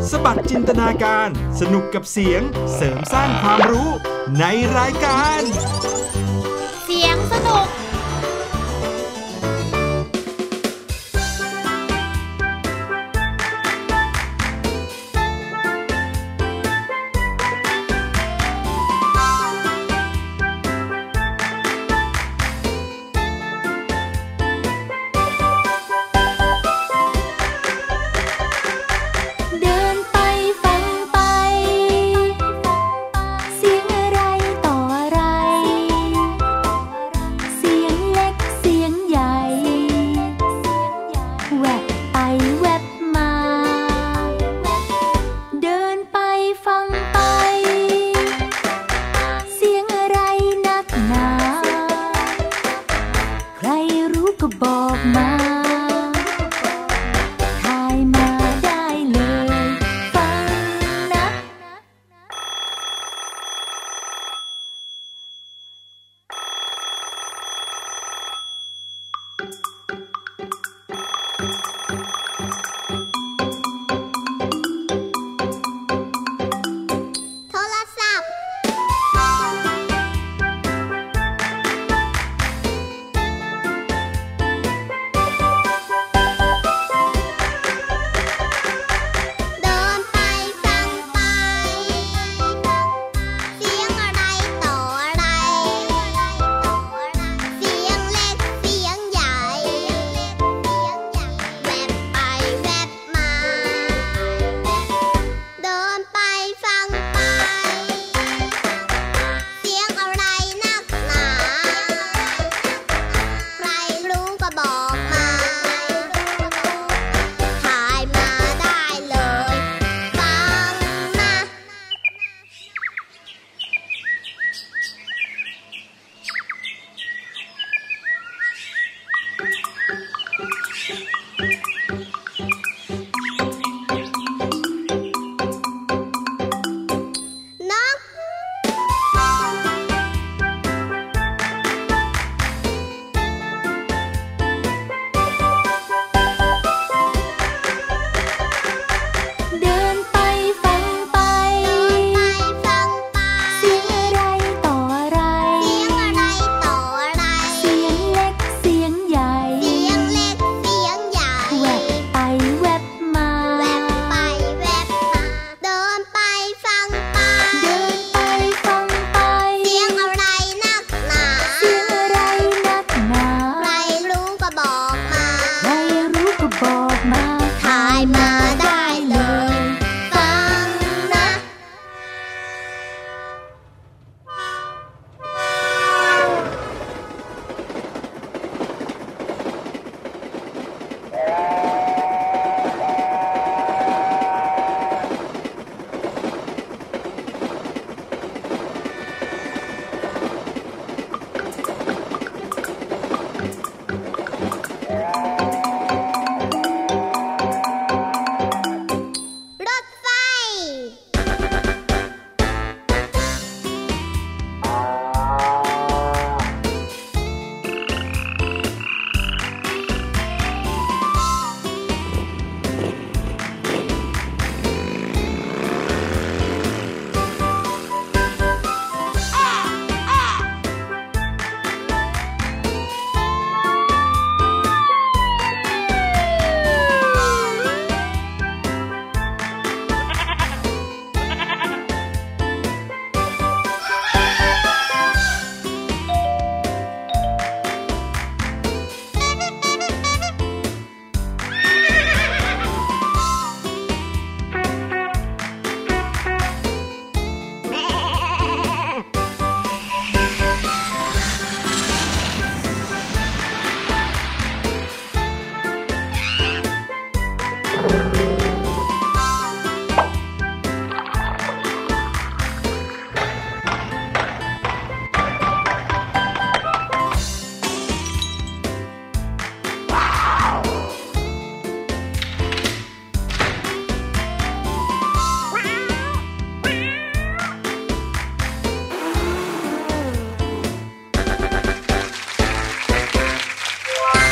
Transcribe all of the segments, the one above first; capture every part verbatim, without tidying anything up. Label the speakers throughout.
Speaker 1: สบัดจินตนาการสนุกกับเสียงเสริมสร้างความรู้ในรายการ
Speaker 2: เสียงสนุก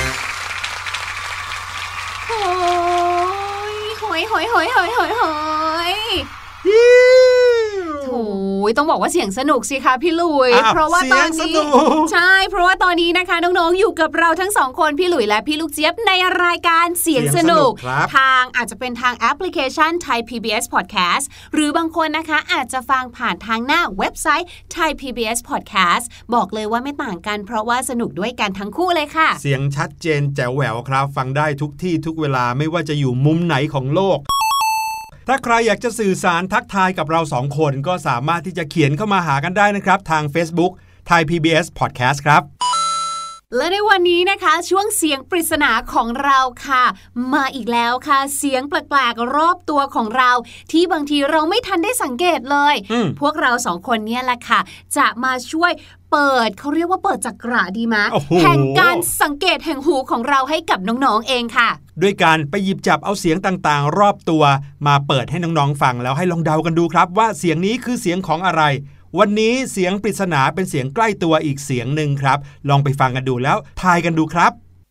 Speaker 2: โหยโหยโหยโหยโหยโหย
Speaker 3: โอ้ยต้องบอกว่าเสียงสนุกสิคะพี่ลุยเพราะว่าตอนนี้ใช่เพราะว่าตอนนี้นะคะน้องๆอยู่กับเราทั้งสองคนพี่ลุยและพี่ลูกเจี๊ยบในรายการเสียงสนุกทางอาจจะเป็นทางแอปพลิเคชัน Thai พี บี เอส Podcast หรือบางคนนะคะอาจจะฟังผ่านทางหน้าเว็บไซต์ Thai พี บี เอส Podcast บอกเลยว่าไม่ต่างกันเพราะว่าสนุกด้วยกันทั้งคู่เลยค่ะ
Speaker 1: เสียงชัดเจนแจ๋วแหววครับฟังได้ทุกที่ทุกเวลาไม่ว่าจะอยู่มุมไหนของโลกถ้าใครอยากจะสื่อสารทักทายกับเราสองคนก็สามารถที่จะเขียนเข้ามาหากันได้นะครับทาง Facebook Thai พี บี เอส Podcast ครับ
Speaker 3: และในวันนี้นะคะช่วงเสียงปริศนาของเราค่ะมาอีกแล้วค่ะเสียงแปลกๆรอบตัวของเราที่บางทีเราไม่ทันได้สังเกตเลยพวกเราสองคนเนี่ยแหละค่ะจะมาช่วยเปิดเขาเรียกว่าเปิดจักระดีมั้ยแห่งการสังเกตแห่งหูของเราให้กับน้องๆเองค่ะ
Speaker 1: ด้วยการไปหยิบจับเอาเสียงต่างๆรอบตัวมาเปิดให้น้องๆฟังแล้วให้ลองเดากันดูครับว่าเสียงนี้คือเสียงของอะไรวันนี้เสียงปริศนาเป็นเสียงใกล้ตัวอีกเสียงหนึ่งครับลองไปฟังกันดูแล้วทายกันดูครับ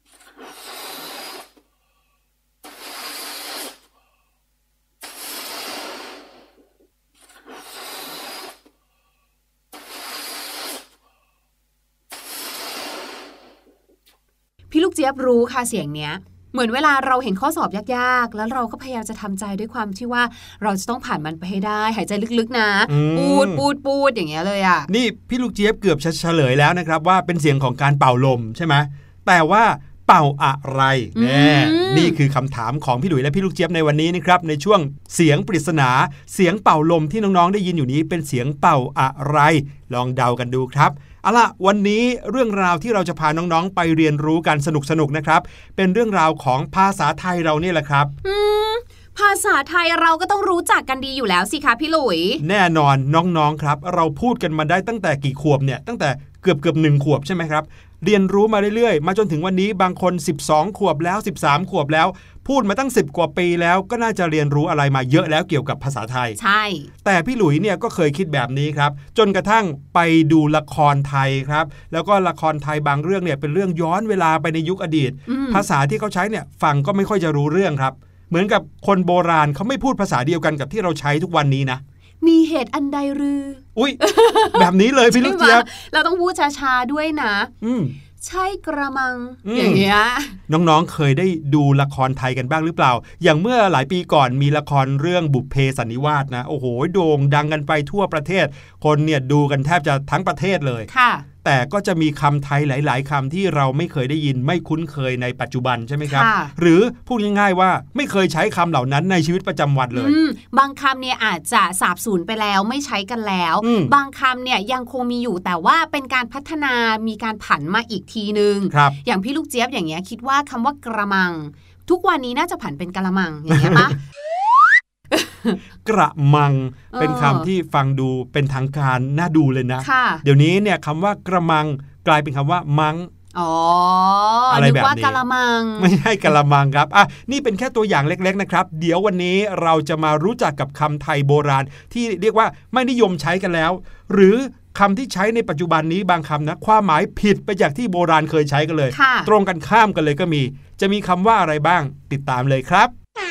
Speaker 3: พี่ลูกเจี๊ยบรู้ค่ะเสียงเนี้ยเหมือนเวลาเราเห็นข้อสอบยากๆแล้วเราก็พยายามจะทำใจด้วยความที่ว่าเราจะต้องผ่านมันไปให้ได้หายใจลึกๆนะปูดปูดปูดอย่างเงี้ยเลยอ่ะ
Speaker 1: นี่พี่ลูกเจี๊ยบเกือบจะเฉลยแล้วนะครับว่าเป็นเสียงของการเป่าลมใช่ไหมแต่ว่าเป่าอะไรแน่นี่คือคำถามของพี่หลุยและพี่ลูกเจี๊ยบในวันนี้นะครับในช่วงเสียงปริศนาเสียงเป่าลมที่น้องๆได้ยินอยู่นี้เป็นเสียงเป่าอะไรลองเดากันดูครับเอาล่ะวันนี้เรื่องราวที่เราจะพาน้องๆไปเรียนรู้กันสนุกๆนะครับเป็นเรื่องราวของภาษาไทยเรานี่แหละครับ
Speaker 3: ภาษาไทยเราก็ต้องรู้จักกันดีอยู่แล้วสิคะพี่หลุย
Speaker 1: แน่นอนน้องๆครับเราพูดกันมาได้ตั้งแต่กี่ขวบเนี่ยตั้งแต่เกือบเกือบหนึ่งขวบใช่ไหมครับเรียนรู้มาเรื่อยๆมาจนถึงวันนี้บางคนสิบสองขวบแล้วสิบสามขวบแล้วพูดมาตั้งสิบกว่าปีแล้วก็น่าจะเรียนรู้อะไรมาเยอะแล้วเกี่ยวกับภาษาไทย
Speaker 3: ใช่
Speaker 1: แต่พี่หลุยเนี่ยก็เคยคิดแบบนี้ครับจนกระทั่งไปดูละครไทยครับแล้วก็ละครไทยบางเรื่องเนี่ยเป็นเรื่องย้อนเวลาไปในยุคอดีตภาษาที่เขาใช้เนี่ยฟังก็ไม่ค่อยจะรู้เรื่องครับเหมือนกับคนโบราณเขาไม่พูดภาษาเดียวกันกับที่เราใช้ทุกวันนี้นะ
Speaker 3: มีเหตุอันใดหรือ
Speaker 1: อุ๊ย แบบนี้เลยพี่ลูกเจี๊ยบ
Speaker 3: เราต้องพูดช้าๆด้วยนะ
Speaker 1: อืม
Speaker 3: ใช่กระมัง อ, อย่างเงี้ย
Speaker 1: น้องๆเคยได้ดูละครไทยกันบ้างหรือเปล่าอย่างเมื่อหลายปีก่อนมีละครเรื่องบุพเพสันนิวาสนะโอ้โหโด่งดังกันไปทั่วประเทศคนเนี่ยดูกันแทบจะทั้งประเทศเลย
Speaker 3: ค่ะ
Speaker 1: แต่ก็จะมีคำไทยหลายๆคำที่เราไม่เคยได้ยินไม่คุ้นเคยในปัจจุบันใช่ไหมครับหรือพูดง่ายๆว่าไม่เคยใช้คำเหล่านั้นในชีวิตประจำวันเลย
Speaker 3: บางคำเนี่ยอาจจะสาบสูญไปแล้วไม่ใช้กันแล้วบางคำเนี่ยยังคงมีอยู่แต่ว่าเป็นการพัฒนามีการผันมาอีกทีนึงอย่างพี่ลูกเจี๊ยบอย่างเงี้ยคิดว่าคำว่ากระมังทุกวันนี้น่าจะผันเป็นกระมังอย่างเงี้ยปะ
Speaker 1: กระมังเป็นคำที่ฟังดูเป็นทางการน่าดูเลยนะเดี๋ยวนี้เนี่ยคำว่ากระมังกลายเป็นคำว่ามัง
Speaker 3: อ๋ออะไรแบบนี้กระมัง
Speaker 1: ไม่ใช่กระมังครับอ่ะนี่เป็นแค่ตัวอย่างเล็กๆนะครับเดี๋ยววันนี้เราจะมารู้จักกับคำไทยโบราณที่เรียกว่าไม่นิยมใช้กันแล้วหรือคำที่ใช้ในปัจจุบันนี้บางคำนะความหมายผิดไปจากที่โบราณเคยใช้กันเลยตรงกันข้ามกันเลยก็มีจะมีคำว่าอะไรบ้างติดตามเลยครับ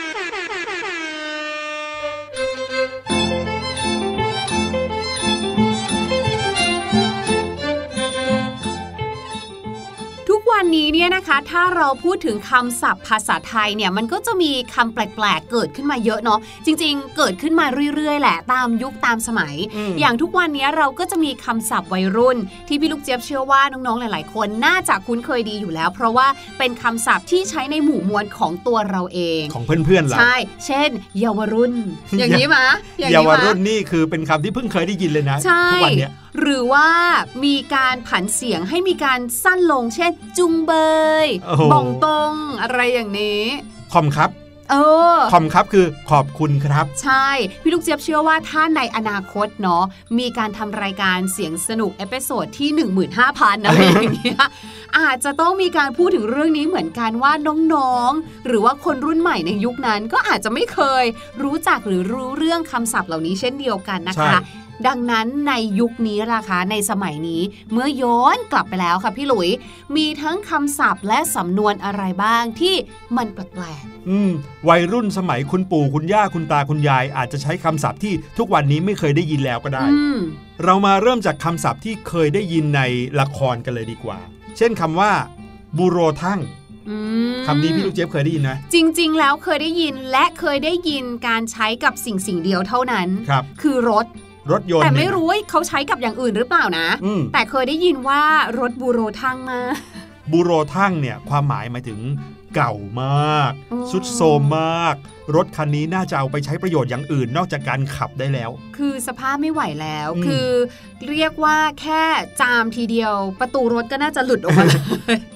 Speaker 3: วันนี้เนี่ยนะคะถ้าเราพูดถึงคำศัพท์ภาษาไทยเนี่ยมันก็จะมีคำแปลกๆเกิดขึ้นมาเยอะเนาะจริงๆเกิดขึ้นมาเรื่อยๆแหละตามยุคตามสมัย อ, อย่างทุกวันนี้เราก็จะมีคำศัพท์วัยรุ่นที่พี่ลูกเจี๊ยบเชื่อว่าน้องๆหลายๆคนน่าจะคุ้นเคยดีอยู่แล้วเพราะว่าเป็นคำศัพท์ที่ใช้ในหมู่มวลของตัวเราเอง
Speaker 1: ของเพื่อนๆเรา
Speaker 3: ใช่เช่นเยาวรุ่นอย่างนี้มะ
Speaker 1: เยาวรุ่นนี่คือเป็นคำที่เพิ่งเคยได้ยินเลยนะทุกวันนี้
Speaker 3: หรือว่ามีการผันเสียงให้มีการสั้นลงเช่นจุงเบยบ่องตรงอะไรอย่างนี้
Speaker 1: คอมครับ
Speaker 3: เออ
Speaker 1: คอมครับคือขอบคุณครับ
Speaker 3: ใช่พี่ลูกเจี๊ยบเชื่อว่าถ้าในอนาคตเนาะมีการทำรายการเสียงสนุกเอพิโซดที่ หนึ่งหมื่นห้าพัน อะไรอย่างเงี้ยอาจจะต้องมีการพูดถึงเรื่องนี้เหมือนกันว่าน้องๆหรือว่าคนรุ่นใหม่ในยุคนั้นก็อาจจะไม่เคยรู้จักหรือรู้เรื่องคำศัพท์เหล่านี้เช่นเดียวกันนะคะดังนั้นในยุคนี้ล่ะคะในสมัยนี้เมื่อย้อนกลับไปแล้วค่ะพี่หลุยมีทั้งคำศัพท์และสำนวนอะไรบ้างที่มันแปลกๆ
Speaker 1: อืมวัยรุ่นสมัยคุณปู่คุณย่าคุณตาคุณยายอาจจะใช้คำศัพท์ที่ทุกวันนี้ไม่เคยได้ยินแล้วก็ได้เรามาเริ่มจากคำศัพท์ที่เคยได้ยินในละครกันเลยดีกว่าเช่นคำว่าบูโรทั่งคำนี้พี่ลูกเจี๊ยบเคยได้ยินไหม
Speaker 3: จริงๆแล้วเคยได้ยินและเคยได้ยินการใช้กับสิ่งสิ่งเดียวเท่านั้น
Speaker 1: ครับ
Speaker 3: คือรถ
Speaker 1: รถยนต์
Speaker 3: แต่ไม่รู้ว่าเขาใช้กับอย่างอื่นหรือเปล่านะแต่เคยได้ยินว่ารถบูโรทั่งมา
Speaker 1: บูโรทั่งเนี่ยความหมายหมายถึงเก่ามากสุดโทรมมากรถคันนี้น่าจะเอาไปใช้ประโยชน์อย่างอื่นนอกจากการขับได้แล้ว
Speaker 3: คือสภาพไม่ไหวแล้วคือเรียกว่าแค่จามทีเดียวประตูรถก็น่าจะหลุดออกมาเลย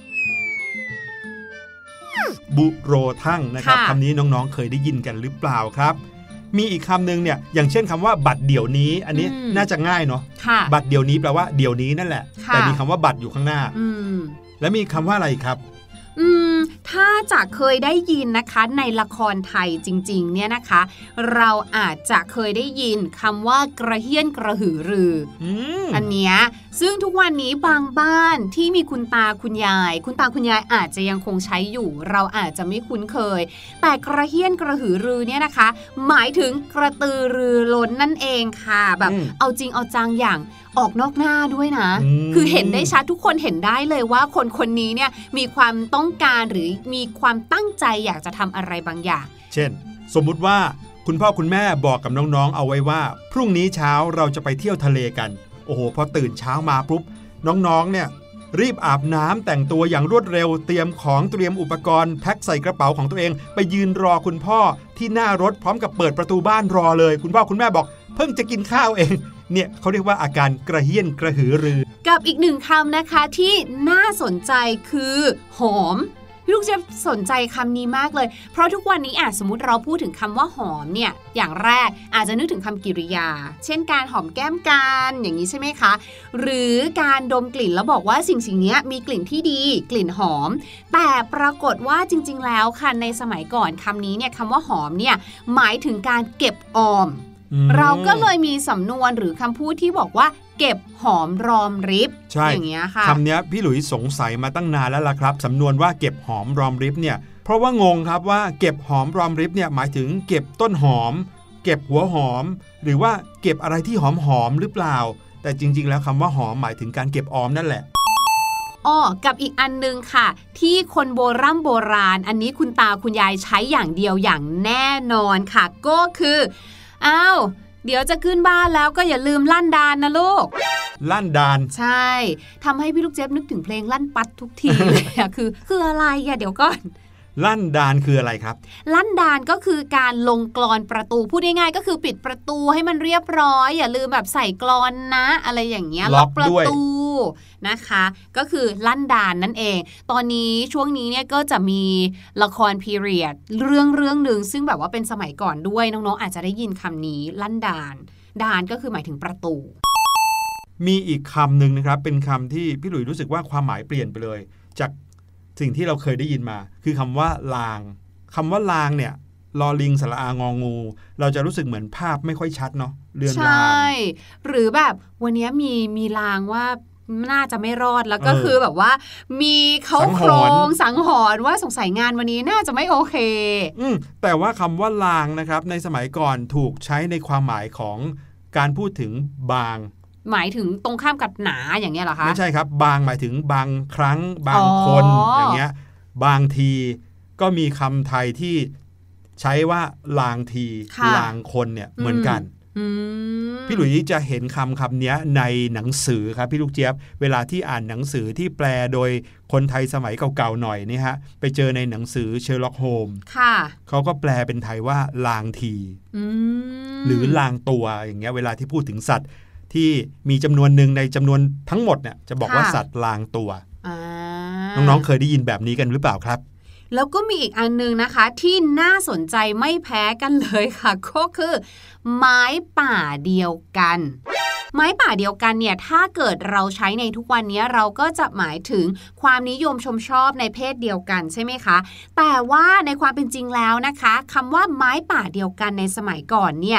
Speaker 1: บุโรทั่งนะครับคำนี้น้องๆเคยได้ยินกันหรือเปล่าครับมีอีกคำหนึ่งเนี่ยอย่างเช่นคำว่าบัตรเดี๋ยวนี้อันนี้น่าจะง่ายเนาะบัตรเดี๋ยวนี้แปลว่าเดี๋ยวนี้นั่นแหละแต่มีคำว่าบัตรอยู่ข้างหน้าและมีคำว่าอะไรครับ
Speaker 3: อืมถ้าจะเคยได้ยินนะคะในละครไทยจริงๆเนี่ยนะคะเราอาจจะเคยได้ยินคำว่ากระเฮี้ยนกระหือรืออือันเนี้ยซึ่งทุกวันนี้บางบ้านที่มีคุณตาคุณยายคุณตาคุณยายอาจจะยังคงใช้อยู่เราอาจจะไม่คุ้นเคยแต่กระเฮี้ยนกระหือรือเนี่ยนะคะหมายถึงกระตือรือร้นนั่นเองค่ะแบบเอาจริงเอาจังอย่างออกนอกหน้าด้วยนะคือเห็นได้ชัดทุกคนเห็นได้เลยว่าคนคนนี้เนี่ยมีความต้องการหรือมีความตั้งใจอยากจะทำอะไรบางอย่าง
Speaker 1: เช่นสมมุติว่าคุณพ่อคุณแม่บอกกับน้องๆเอาไว้ว่าพรุ่งนี้เช้าเราจะไปเที่ยวทะเลกันโอ้โหพอตื่นเช้ามาปุ๊บน้องๆเนี่ยรีบอาบน้ำแต่งตัวอย่างรวดเร็วเตรียมของเตรียมอุปกรณ์แพ็คใส่กระเป๋าของตัวเองไปยืนรอคุณพ่อที่หน้ารถพร้อมกับเปิดประตูบ้านรอเลยคุณพ่อคุณแม่บอกเพิ่งจะกินข้าวเองเนี่ยเขาเรียกว่าอาการกระเฮี้ยนกระหือรือ
Speaker 3: กับอีกหนึ่งคำนะคะที่น่าสนใจคือหอมพี่ลูกจะสนใจคำนี้มากเลยเพราะทุกวันนี้อาจสมมติเราพูดถึงคำว่าหอมเนี่ยอย่างแรกอาจจะนึกถึงคำกริยาเช่นการหอมแก้มกันอย่างนี้ใช่ไหมคะหรือการดมกลิ่นแล้วบอกว่าสิ่งสิ่งนี้มีกลิ่นที่ดีกลิ่นหอมแต่ปรากฏว่าจริงๆแล้วค่ะในสมัยก่อนคำนี้เนี่ยคำว่าหอมเนี่ยหมายถึงการเก็บออมเราก็เลยมีสำนวนหรือคำพูดที่บอกว่าเก็บหอมรอมริบอย่างเงี้ยค่ะ
Speaker 1: คำนี้พี่หลุยสงสัยมาตั้งนานแล้วล่ะครับสำนวนว่าเก็บหอมรอมริบเนี่ยเพราะว่างงครับว่าเก็บหอมรอมริบเนี่ยหมายถึงเก็บต้นหอมเก็บหัวหอมหรือว่าเก็บอะไรที่หอมหอมหรือเปล่าแต่จริงๆแล้วคำว่าหอมหมายถึงการเก็บออมนั่นแหละ
Speaker 3: อ้อกับอีกอันนึงค่ะที่คนโบราณโบราณอันนี้คุณตาคุณยายใช้อย่างเดียวอย่างแน่นอนค่ะก็คืออ้าวเดี๋ยวจะขึ้นบ้านแล้วก็อย่าลืมลั่นดานนะลูก
Speaker 1: ลั่นดาน
Speaker 3: ใช่ทำให้พี่ลูกเจี๊ยบนึกถึงเพลงลั่นปัดทุกทีเลยอะคือคืออะไรอะเดี๋ยวก่อน
Speaker 1: ลั่นดานคืออะไรครับ
Speaker 3: ลั่นดานก็คือการลงกลอนประตูพูดง่ายๆก็คือปิดประตูให้มันเรียบร้อยอย่าลืมแบบใส่กลอนนะอะไรอย่างเงี้ย
Speaker 1: ล็อกประตู
Speaker 3: นะคะก็คือลั่นดานนั่นเองตอนนี้ช่วงนี้เนี่ยก็จะมีละครพีเรียดเรื่องเรื่องนึงซึ่งแบบว่าเป็นสมัยก่อนด้วยน้องๆอาจจะได้ยินคำนี้ลั่นดานดานก็คือหมายถึงประตู
Speaker 1: มีอีกคำหนึ่งนะครับเป็นคำที่พี่หลุยรู้สึกว่าความหมายเปลี่ยนไปเลยจากสิ่งที่เราเคยได้ยินมาคือคำว่าลางคำว่าลางเนี่ยลอลิงสระอางองูเราจะรู้สึกเหมือนภาพไม่ค่อยชัดเนาะเรือนรางใช่
Speaker 3: หรือแบบวันนี้มีมีลางว่าน่าจะไม่รอดแล้วก็คือแบบว่ามีเขาโครงสังหรณ์ว่าสงสัยงานวันนี้น่าจะไม่โอเค
Speaker 1: อืมแต่ว่าคำว่าลางนะครับในสมัยก่อนถูกใช้ในความหมายของการพูดถึงบาง
Speaker 3: หมายถึงตรงข้ามกับหนาอย่างเงี้ยเหรอคะ
Speaker 1: ไม่ใช่ครับบางหมายถึงบางครั้งบางคนอย่างเงี้ยบางทีก็มีคำไทยที่ใช้ว่าลางทีลางคนเนี่ยเหมือนกันพี่หลุยจะเห็นคำคำนี้ในหนังสือครับพี่ลูกเจี๊ยบเวลาที่อ่านหนังสือที่แปลโดยคนไทยสมัยเก่าๆหน่อยนี่ฮะไปเจอในหนังสือเชอร์ล็อกโฮมส์เขาก็แปลเป็นไทยว่าลางทีหรือลางตัวอย่างเงี้ยเวลาที่พูดถึงสัตว์ที่มีจำนวนหนึ่งในจำนวนทั้งหมดเนี่ยจะบอกว่าสัตว์ลางตัวน้องๆเคยได้ยินแบบนี้กันหรือเปล่าครับ
Speaker 3: แล้วก็มีอีกอันนึงนะคะที่น่าสนใจไม่แพ้กันเลยค่ะก็คือไม้ป่าเดียวกันไม้ป่าเดียวกันเนี่ยถ้าเกิดเราใช้ในทุกวันนี้เราก็จะหมายถึงความนิยมชมชอบในเพศเดียวกันใช่ไหมคะแต่ว่าในความเป็นจริงแล้วนะคะคำว่าไม้ป่าเดียวกันในสมัยก่อนเนี่ย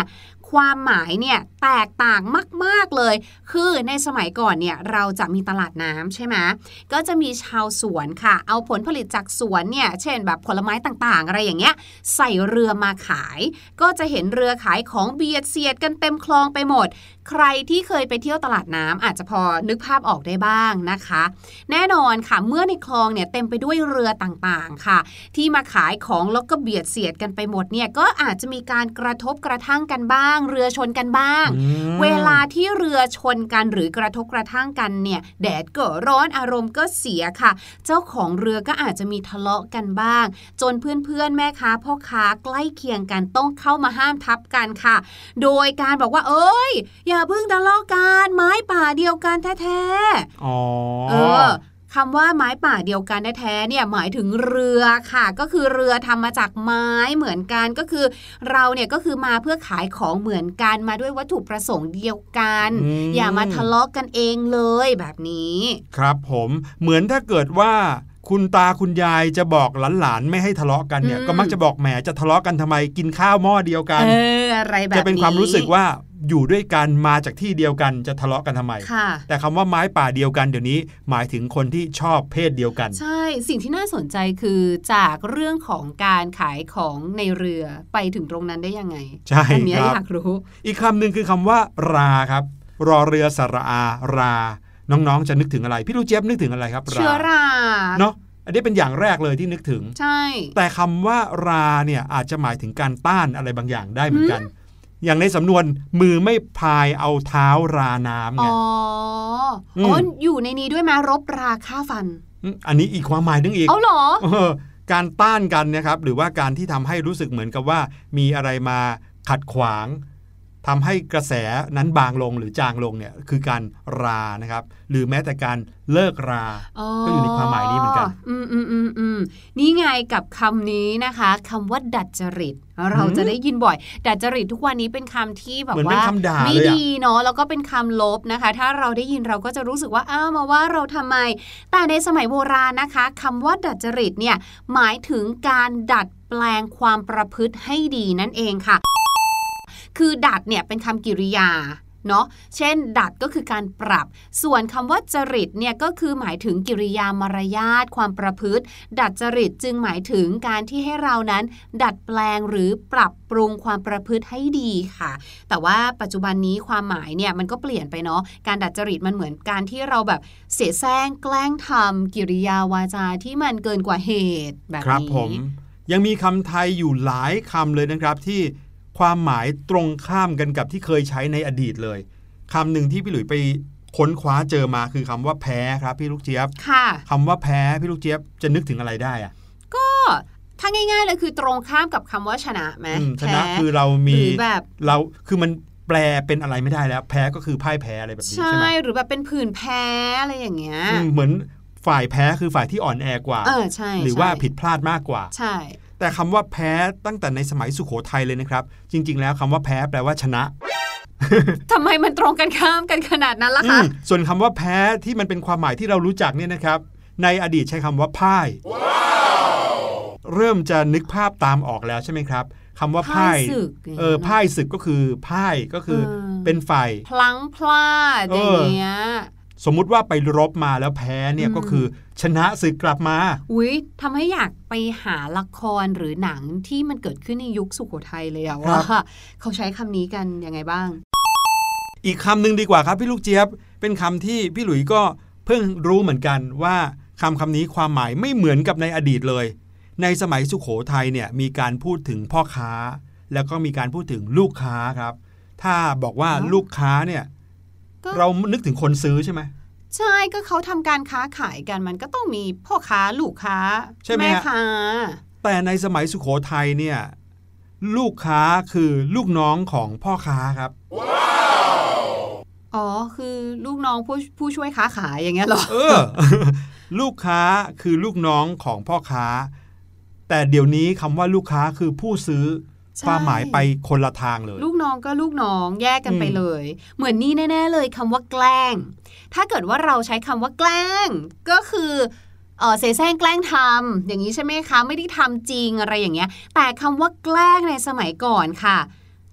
Speaker 3: ความหมายเนี่ยแตกต่างมากๆเลยคือในสมัยก่อนเนี่ยเราจะมีตลาดน้ำใช่ไหมก็จะมีชาวสวนค่ะเอาผลผลิตจากสวนเนี่ยเช่นแบบผลไม้ต่างๆอะไรอย่างเงี้ยใส่เรือมาขายก็จะเห็นเรือขายของเบียดเสียดกันเต็มคลองไปหมดใครที่เคยไปเที่ยวตลาดน้ำอาจจะพอนึกภาพออกได้บ้างนะคะแน่นอนค่ะเมื่อในคลองเนี่ยเต็มไปด้วยเรือต่างๆค่ะที่มาขายของแล้วก็เบียดเสียดกันไปหมดเนี่ยก็อาจจะมีการกระทบกระทั่งกันบ้างเรือชนกันบ้างเวลาที่เรือชนกันหรือกระทบกระทั่งกันเนี่ยแดดก็ร้อนอารมณ์ก็เสียค่ะเจ้าของเรือก็อาจจะมีทะเลาะกันบ้างจนเพื่อนๆแม่ค้าพ่อค้าใกล้เคียงกันต้องเข้ามาห้ามทับกันค่ะโดยการบอกว่าเอ้ยอย่าเพิ่งทะเลาะกันไม้ป่าเดียวกันแท้ๆอ๋อเออคำว่าไม้ป่าเดียวกันแท้ๆเนี่ยหมายถึงเรือค่ะก็คือเรือทำมาจากไม้เหมือนกันก็คือเราเนี่ยก็คือมาเพื่อขายของเหมือนกันมาด้วยวัตถุประสงค์เดียวกันอ อย่ามาทะเลาะกันเองเลยแบบนี้ครับผมเหมือนถ้าเกิดว่าคุณตาคุณยายจะบอกหลานๆไม่ให้ทะเลาะกันเนี่ยก็มักจะบอกแหมจะทะเลาะกันทำไมกินข้าวหม้อเดียวกันเอออะไรแบบนี้จะเป็นความรู้สึกว่าอยู่ด้วยกันมาจากที่เดียวกันจะทะเลาะกันทำไมแต่คำว่าไม้ป่าเดียวกันเดี๋ยวนี้หมายถึงคนที่ชอบเพศเดียวกันใช่สิ่งที่น่าสนใจคือจากเรื่องของการขายของในเรือไปถึงตรงนั้นได้ยังไงใช่อันนี้อยากรู้อีกคำหนึ่งคือคำว่าราครับรอเรือสระอาราน้องๆจะนึกถึงอะไรพี่ลูกเจี๊ยบนึกถึงอะไรครับเชื้อราเนาะอันนี้เป็นอย่างแรกเลยที่นึกถึงใช่แต่คำว่าราเนี่ยอาจจะหมายถึงการต้านอะไรบางอย่างได้เหมือนกันอย่างในสำนวนมือไม่พายเอาเท้าราน้ำไงอ๋ออ๋ออยู่ในนี้ด้วยไหมรบราฆ่าฟันอันนี้อีกความหมายนึงอีกเอาเหรอการต้านกันนะครับหรือว่าการที่ทำให้รู้สึกเหมือนกับว่ามีอะไรมาขัดขวางทำให้กระแสนั้นบางลงหรือจางลงเนี่ยคือการรานะครับหรือแม้แต่การเลิกราก็อยู่ในความหมายนี้เหมือนกันอืมอืมอืมอืมนี่ไงกับคำนี้นะคะคำว่าดัดจริตเราจะได้ยินบ่อยดัดจริตทุกวันนี้เป็นคำที่แบบว่าไม่ดีเนาะแล้วก็เป็นคำลบนะคะถ้าเราได้ยินเราก็จะรู้สึกว่าอ้าวมาว่าเราทำไมแต่ในสมัยโบราณนะคะคำว่าดัดจริตเนี่ยหมายถึงการดัดแปลงความประพฤติให้ดีนั่นเองค่ะคือดัดเนี่ยเป็นคำกริยาเนาะเช่นดัดก็คือการปรับส่วนคำว่าจริตเนี่ยก็คือหมายถึงกิริยามารยาทความประพฤติดัดจริตจึงหมายถึงการที่ให้เรานั้นดัดแปลงหรือปรับปรุงความประพฤติให้ดีค่ะแต่ว่าปัจจุบันนี้ความหมายเนี่ยมันก็เปลี่ยนไปเนาะการดัดจริตมันเหมือนการที่เราแบบเสแสร้งแกล้งทำกิริยาวาจาที่มันเกินกว่าเหตุแบบนี้ครับผมยังมีคำไทยอยู่หลายคำเลยนะครับที่ความหมายตรงข้ามกันกับที่เคยใช้ในอดีตเลยคำหนึ่งที่พี่หลุยไปค้นคว้าเจอมาคือคำว่าแพ้ครับพี่ลูกเจี๊ยบค่ะคำว่าแพ้พี่ลูกเจี๊ยบจะนึกถึงอะไรได้อะก็ถ้าง่ายๆเลยคือตรงข้ามกับคำว่าชนะไหมชนะคือเรามีแบบเราคือมันแปลเป็นอะไรไม่ได้แล้วแพ้ก็คือพ่ายแพ้อะไรแบบนี้ใช่ไหมหรือแบบเป็นผื่นแพ้อะไรอย่างเงี้ยเหมือนฝ่ายแพ้คือฝ่ายที่อ่อนแอกว่าเออใช่หรือว่าผิดพลาดมากกว่าใช่แต่คำว่าแพ้ตั้งแต่ในสมัยสุโขทัยเลยนะครับจริงๆแล้วคำว่าแพ้แปลว่าชนะทำไมมันตรงกันข้ามกันขนาดนั้นล่ะคะส่วนคำว่าแพ้ที่มันเป็นความหมายที่เรารู้จักเนี่ยนะครับในอดีตใช้คำว่าพ่าย wow. เริ่มจะนึกภาพตามออกแล้วใช่ไหมครับคำว่าพ่ายเออพ่ายศึกก็คือพ่ายก็คือเป็นฝ่ายพลั้งพลาดอย่างเงี้ยสมมุติว่าไปรบมาแล้วแพ้เนี่ยก็คือชนะศึกกลับมาอุ๊ยทำให้อยากไปหาละครหรือหนังที่มันเกิดขึ้นในยุคสุโขทัยเลยอะว่าเขาใช้คำนี้กันยังไงบ้างอีกคำหนึ่งดีกว่าครับพี่ลูกเจี๊ยบเป็นคำที่พี่หลุยก็เพิ่งรู้เหมือนกันว่าคำคำนี้ความหมายไม่เหมือนกับในอดีตเลยในสมัยสุโขทัยเนี่ยมีการพูดถึงพ่อค้าแล้วก็มีการพูดถึงลูกค้าครับถ้าบอกว่าลูกค้าเนี่ยเรานึกถึงคนซื้อใช่ไหมใช่ก็เขาทำการค้าขายกันมันก็ต้องมีพ่อค้าลูกค้าใช่ไหมแม่ค้าแต่ในสมัยสุโขทัยเนี่ยลูกค้าคือลูกน้องของพ่อค้าครับว้าวอ๋อคือลูกน้องผู้ผู้ช่วยค้าขายอย่างเงี้ยหรอเออ ลูกค้าคือลูกน้องของพ่อค้าแต่เดี๋ยวนี้คำว่าลูกค้าคือผู้ซื้อความหมายไปคนละทางเลยลูกน้องก็ลูกน้องแยกกันไปเลยเหมือนนี่แน่ๆเลยคำว่าแกล้งถ้าเกิดว่าเราใช้คำว่าแกล้งก็คือเออเสแสร้งแกล้งทำอย่างนี้ใช่ไหมคะไม่ได้ทำจริงอะไรอย่างเงี้ยแต่คำว่าแกล้งในสมัยก่อนค่ะ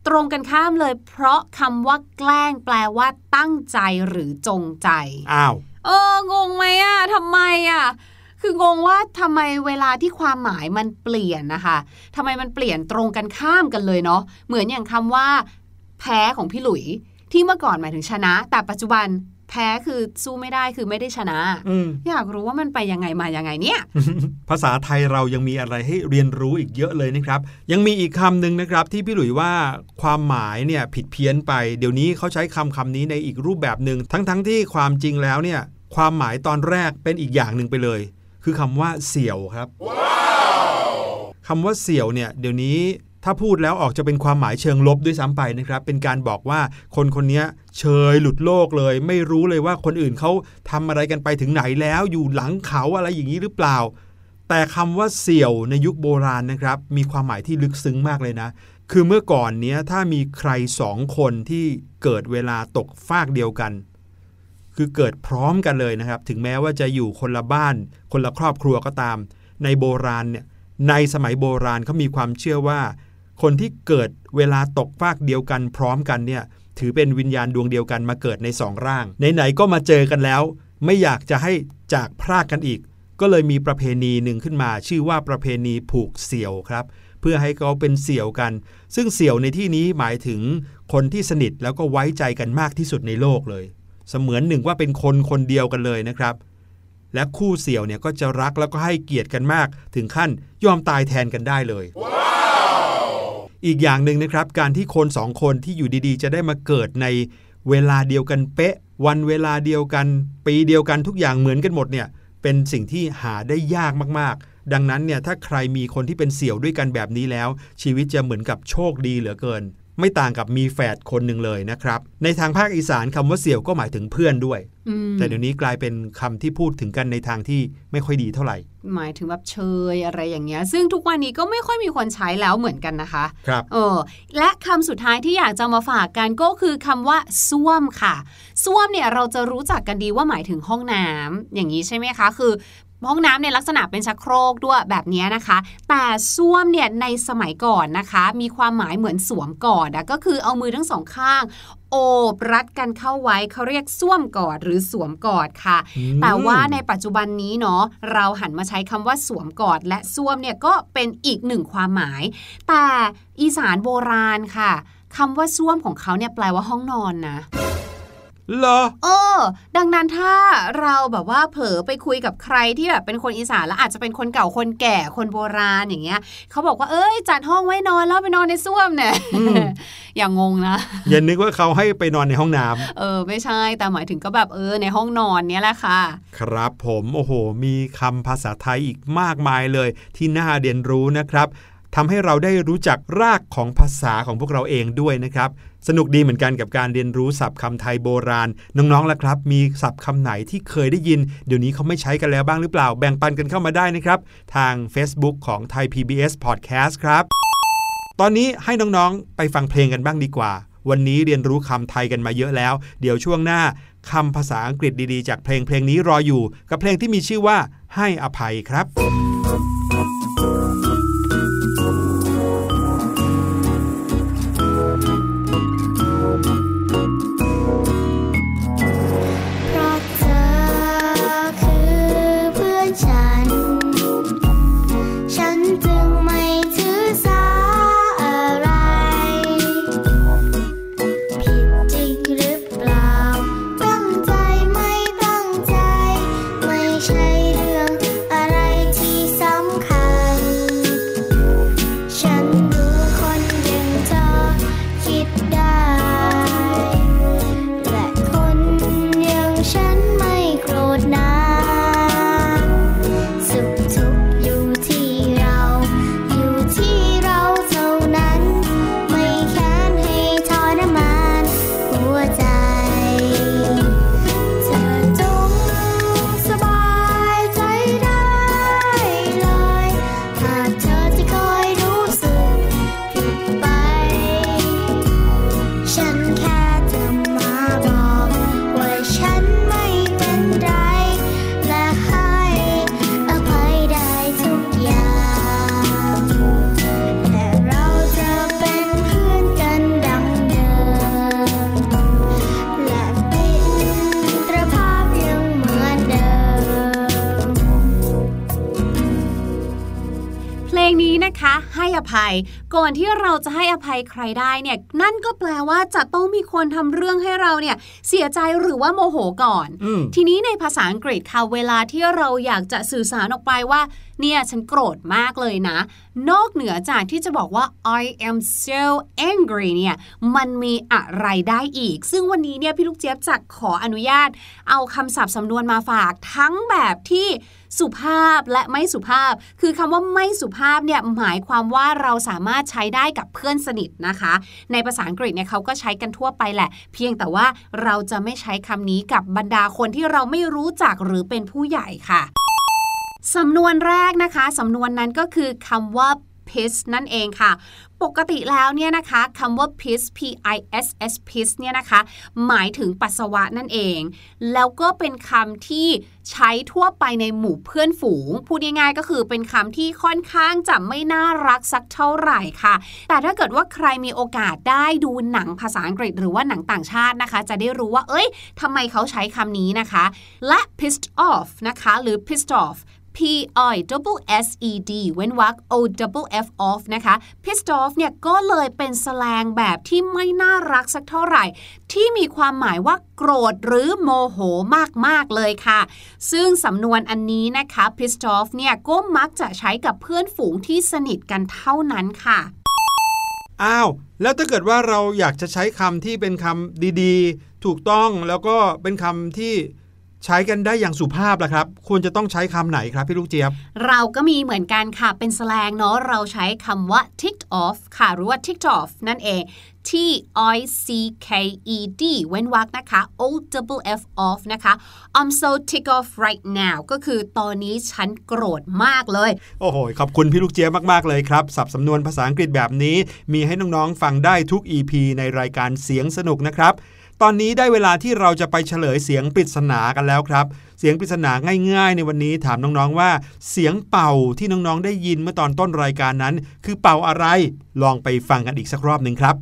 Speaker 3: ตรงกันข้ามเลยเพราะคำว่าแกล้งแปลว่าตั้งใจหรือจงใจ
Speaker 1: อ้าว
Speaker 3: เอองงไหมอ่ะทำไมอ่ะคืองงว่าทำไมเวลาที่ความหมายมันเปลี่ยนนะคะทำไมมันเปลี่ยนตรงกันข้ามกันเลยเนาะเหมือนอย่างคำว่าแพ้ของพี่หลุยที่เมื่อก่อนหมายถึงชนะแต่ปัจจุบันแพ้คือสู้ไม่ได้คือไม่ได้ชนะอยากรู้ว่ามันไปยังไงมายังไงเนี่ย
Speaker 1: ภาษาไทยเรายังมีอะไรให้เรียนรู้อีกเยอะเลยนะครับยังมีอีกคำหนึ่งนะครับที่พี่หลุยว่าความหมายเนี่ยผิดเพี้ยนไปเดี๋ยวนี้เขาใช้คำคำนี้ในอีกรูปแบบหนึ่งทั้งๆ ท, ที่ความจริงแล้วเนี่ยความหมายตอนแรกเป็นอีกอย่างหนึ่งไปเลยคือคำว่าเสี่ยวครับ wow! คำว่าเสี่ยวเนี่ยเดี๋ยวนี้ถ้าพูดแล้วออกจะเป็นความหมายเชิงลบด้วยซ้ำไปนะครับเป็นการบอกว่าคนคนนี้เชยหลุดโลกเลยไม่รู้เลยว่าคนอื่นเขาทำอะไรกันไปถึงไหนแล้วอยู่หลังเขาอะไรอย่างนี้หรือเปล่าแต่คำว่าเสี่ยวในยุคโบราณนะครับมีความหมายที่ลึกซึ้งมากเลยนะคือเมื่อก่อนเนี้ยถ้ามีใครสองคนที่เกิดเวลาตกฟากเดียวกันคือเกิดพร้อมกันเลยนะครับถึงแม้ว่าจะอยู่คนละบ้านคนละครอบครัวก็ตามในโบราณเนี่ยในสมัยโบราณเขามีความเชื่อว่าคนที่เกิดเวลาตกฟากเดียวกันพร้อมกันเนี่ยถือเป็นวิญญาณดวงเดียวกันมาเกิดในสองร่างไหนๆก็มาเจอกันแล้วไม่อยากจะให้จากพรากกันอีกก็เลยมีประเพณีหนึ่งขึ้นมาชื่อว่าประเพณีผูกเสี่ยวครับเพื่อให้เขาเป็นเสี่ยวกันซึ่งเสี่ยวในที่นี้หมายถึงคนที่สนิทแล้วก็ไว้ใจกันมากที่สุดในโลกเลยเสมือนหนึ่งว่าเป็นคนคนเดียวกันเลยนะครับและคู่เสี่ยวเนี่ยก็จะรักแล้วก็ให้เกียรติกันมากถึงขั้นยอมตายแทนกันได้เลย wow! อีกอย่างหนึ่งนะครับการที่คนสองคนที่อยู่ดีๆจะได้มาเกิดในเวลาเดียวกันเป๊ะวันเวลาเดียวกันปีเดียวกันทุกอย่างเหมือนกันหมดเนี่ยเป็นสิ่งที่หาได้ยากมากๆดังนั้นเนี่ยถ้าใครมีคนที่เป็นเสี่ยวด้วยกันแบบนี้แล้วชีวิตจะเหมือนกับโชคดีเหลือเกินไม่ต่างกับมีแฝดคนหนึ่งเลยนะครับในทางภาคอีสานคำว่าเสี่ยวก็หมายถึงเพื่อนด้วยแต่เดี๋ยวนี้กลายเป็นคำที่พูดถึงกันในทางที่ไม่ค่อยดีเท่าไหร่
Speaker 3: หมายถึงแบบเชยอะไรอย่างเงี้ยซึ่งทุกวันนี้ก็ไม่ค่อยมีคนใช้แล้วเหมือนกันนะคะ
Speaker 1: ครับ
Speaker 3: เออและคำสุดท้ายที่อยากจะมาฝากกันก็คือคำว่าส้วมค่ะส้วมเนี่ยเราจะรู้จักกันดีว่าหมายถึงห้องน้ำอย่างนี้ใช่ไหมคะคือห้องน้ำในลักษณะเป็นชักโครกด้วยแบบนี้นะคะแต่ส้วมเนี่ยในสมัยก่อนนะคะมีความหมายเหมือนสวมกอดอะก็คือเอามือทั้งสองข้างโอบรัดกันเข้าไว้เขาเรียกส้วมกอดหรือสวมกอดค่ะแต่ว่าในปัจจุบันนี้เนาะเราหันมาใช้คำว่าสวมกอดและส้วมเนี่ยก็เป็นอีกหนึ่งความหมายแต่อีสานโบราณค่ะคำว่าส้วมของเขาเนี่ยแปลว่าห้องนอนนะ
Speaker 1: เหรอ
Speaker 3: เออดังนั้นถ้าเราแบบว่าเผลอไปคุยกับใครที่แบบเป็นคนอีสานแล้วอาจจะเป็นคนเก่าคนแก่คนโบราณอย่างเงี้ยเขาบอกว่าเอ้ยจัดห้องไว้นอนแล้วไปนอนในส้วมเนี่ย อย่างงงนะ
Speaker 1: อย่านึกว่าเขาให้ไปนอนในห้องน้ำ
Speaker 3: เออไม่ใช่แต่หมายถึงก็แบบเออในห้องนอนเนี้ยแหละค่ะ
Speaker 1: ครับผมโอ้โหมีคำภาษาไทยอีกมากมายเลยที่น่าเรียนรู้นะครับทำให้เราได้รู้จักรากของภาษาของพวกเราเองด้วยนะครับสนุกดีเหมือนกันกับการเรียนรู้ศัพท์คำไทยโบราณน้องๆล่ะครับมีศัพท์คำไหนที่เคยได้ยินเดี๋ยวนี้เขาไม่ใช้กันแล้วบ้างหรือเปล่าแบ่งปันกันเข้ามาได้นะครับทาง Facebook ของ Thai พี บี เอส Podcast ครับตอนนี้ให้น้องๆไปฟังเพลงกันบ้างดีกว่าวันนี้เรียนรู้คำไทยกันมาเยอะแล้วเดี๋ยวช่วงหน้าคำภาษาอังกฤษดีๆจากเพลงเพลงนี้รออยู่กับเพลงที่มีชื่อว่าให้อภัยครับ
Speaker 2: ไม่ใช่เรื่องอะไรที่สำคัญ
Speaker 3: อภัยก่อนที่เราจะให้อภัยใครได้เนี่ยนั่นก็แปลว่าจะต้องมีคนทำเรื่องให้เราเนี่ยเสียใจหรือว่าโมโหก่อนทีนี้ในภาษาอังกฤษค่ะเวลาที่เราอยากจะสื่อสารออกไปว่าเนี่ยฉันโกรธมากเลยนะนอกเหนือจากที่จะบอกว่า I am so angry เนี่ยมันมีอะไรได้อีกซึ่งวันนี้เนี่ยพี่ลูกเจี๊ยบจะขออนุญาตเอาคำศัพท์สำนวนมาฝากทั้งแบบที่สุภาพและไม่สุภาพคือคำว่าไม่สุภาพเนี่ยหมายความว่าเราสามารถใช้ได้กับเพื่อนสนิทนะคะในภาษาอังกฤษเนี่ยเขาก็ใช้กันทั่วไปแหละเพียงแต่ว่าเราจะไม่ใช้คำนี้กับบรรดาคนที่เราไม่รู้จักหรือเป็นผู้ใหญ่ค่ะสำนวนแรกนะคะสำนวนนั้นก็คือคำว่า piss นั่นเองค่ะปกติแล้วเนี่ยนะคะคำว่า piss p i s s piss เนี่ยนะคะหมายถึงปัสสาวะนั่นเองแล้วก็เป็นคำที่ใช้ทั่วไปในหมู่เพื่อนฝูงพูดง่ายๆก็คือเป็นคำที่ค่อนข้างจะไม่น่ารักสักเท่าไหร่ค่ะแต่ถ้าเกิดว่าใครมีโอกาสได้ดูหนังภาษาอังกฤษหรือว่าหนังต่างชาตินะคะจะได้รู้ว่าเอ้ยทำไมเขาใช้คำนี้นะคะและ pissed off นะคะหรือ pissed off P I S S E D เว้นวรรค O F F off นะคะ pissed off เนี่ยก็เลยเป็นสแลงแบบที่ไม่น่ารักสักเท่าไหร่ที่มีความหมายว่าโกรธหรือโมโหมากๆเลยค่ะซึ่งสำนวนอันนี้นะคะ pissed off เนี่ยก็มักจะใช้กับเพื่อนฝูงที่สนิทกันเท่านั้นค่ะ
Speaker 1: อ้าวแล้วถ้าเกิดว่าเราอยากจะใช้คำที่เป็นคำดีๆถูกต้องแล้วก็เป็นคำที่ใช้กันได้อย่างสุภาพล่ะครับควรจะต้องใช้คำไหนครับพี่ลูกเจี๊ยบ
Speaker 3: เราก็มีเหมือนกันค่ะเป็นสแลงเนาะเราใช้คำว่า ticked off ค่ะหรือว่า ticked off นั่นเอง T I C K E D เว้นวรรคนะคะ O F F off นะคะ I'm so ticked off right now ก็คือตอนนี้ฉันโกรธมากเลย
Speaker 1: โอ้โหขอบคุณพี่ลูกเจี๊ยบมากๆเลยครับศัพท์สำนวนภาษาอังกฤษแบบนี้มีให้น้องๆฟังได้ทุก อี พี ในรายการเสียงสนุกนะครับตอนนี้ได้เวลาที่เราจะไปเฉลยเสียงปริศนากันแล้วครับเสียงปริศนาง่ายๆในวันนี้ถามน้องๆว่าเสียงเป่าที่น้องๆได้ยินเมื่อตอนต้นรายการนั้นคือเป่าอะไรลองไปฟังกันอีกสักรอบหนึ่งครับ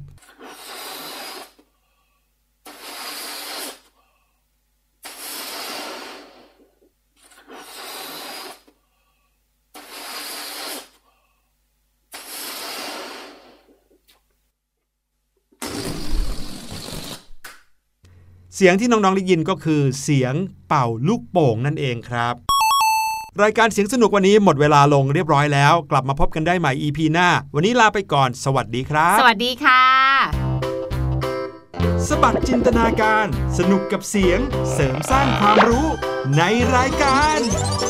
Speaker 1: เสียงที่น้องๆได้ยินก็คือเสียงเป่าลูกโป่งนั่นเองครับรายการเสียงสนุกวันนี้หมดเวลาลงเรียบร้อยแล้วกลับมาพบกันได้ใหม่ อี พี หน้าวันนี้ลาไปก่อนสวัสดีครับ
Speaker 3: สวัสดีค่ะ
Speaker 1: สบัดจินตนาการสนุกกับเสียงเสริมสร้างความรู้ในรายการ